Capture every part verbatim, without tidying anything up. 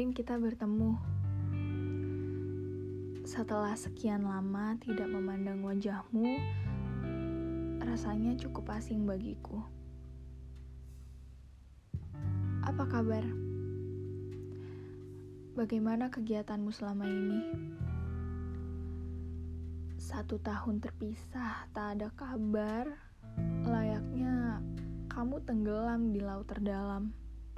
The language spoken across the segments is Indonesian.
Akhirnya kita bertemu. Setelah sekian lama tidak memandang wajahmu, rasanya cukup asing bagiku. Apa kabar? Bagaimana kegiatanmu selama ini? Satu tahun terpisah, tak ada kabar, layaknya kamu tenggelam di laut terdalam.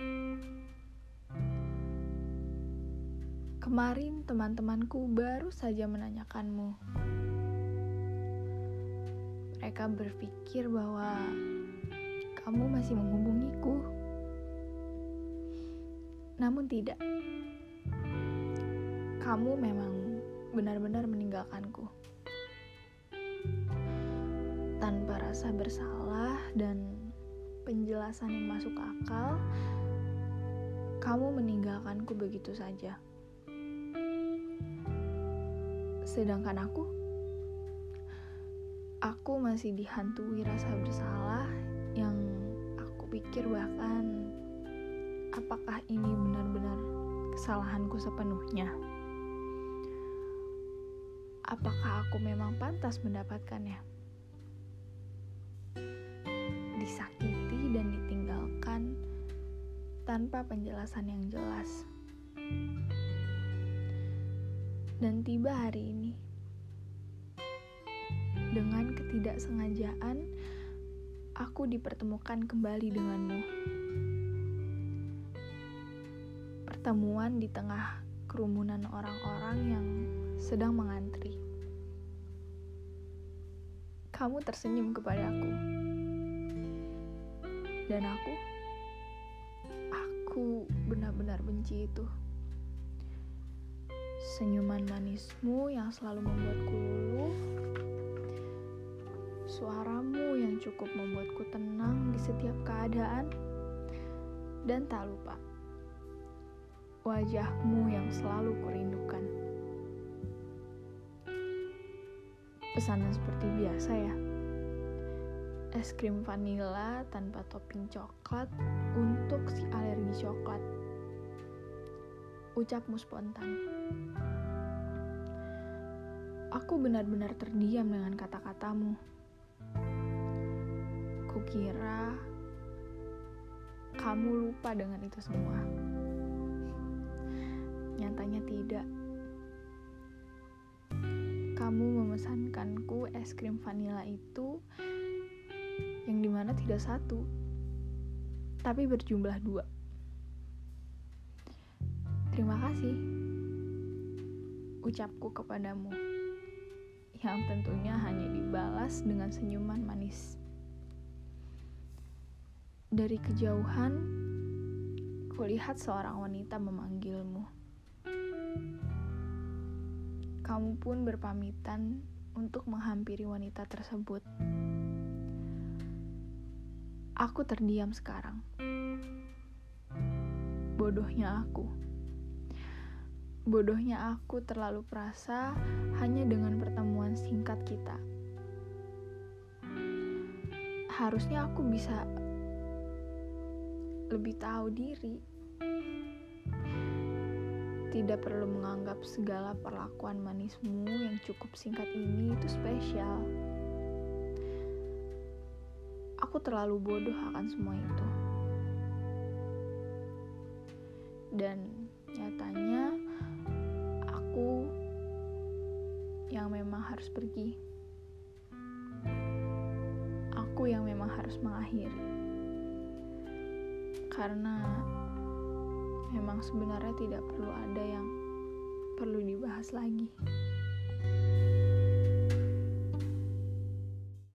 Kemarin teman-temanku baru saja menanyakanmu. Mereka berpikir bahwa kamu masih menghubungiku. Namun tidak. Kamu memang benar-benar meninggalkanku. Tanpa rasa bersalah dan penjelasan yang masuk akal, kamu meninggalkanku begitu saja. Sedangkan aku, aku masih dihantui rasa bersalah yang aku pikir bahkan apakah ini benar-benar kesalahanku sepenuhnya? Apakah aku memang pantas mendapatkannya? Disakiti dan ditinggalkan tanpa penjelasan yang jelas. Dan tiba hari ini, dengan ketidaksengajaan, aku dipertemukan kembali denganmu. Pertemuan di tengah kerumunan orang-orang yang sedang mengantri. Kamu tersenyum kepadaku. Dan aku, aku benar-benar benci itu. Senyuman manismu yang selalu membuatku luluh, suaramu yang cukup membuatku tenang di setiap keadaan, dan tak lupa, wajahmu yang selalu kurindukan. Pesanan seperti biasa ya, es krim vanila tanpa topping coklat untuk si alergi coklat. Ucapmu spontan. Aku benar-benar terdiam dengan kata-katamu. Kukira kamu lupa dengan itu semua. Nyatanya tidak. Kamu memesankanku es krim vanila itu yang dimana tidak satu, tapi berjumlah dua. Terima kasih, ucapku kepadamu, yang tentunya hanya dibalas dengan senyuman manis. Dari kejauhan, kulihat seorang wanita memanggilmu. Kamu pun berpamitan untuk menghampiri wanita tersebut. Aku terdiam sekarang. Bodohnya aku. Bodohnya aku terlalu perasa hanya dengan pertemuan singkat kita. Harusnya aku bisa lebih tahu diri. Tidak perlu menganggap segala perlakuan manismu yang cukup singkat ini itu spesial. Aku terlalu bodoh akan semua itu. Dan nyatanya aku yang memang harus pergi. Aku yang memang harus mengakhiri. Karena memang sebenarnya tidak perlu ada yang perlu dibahas lagi.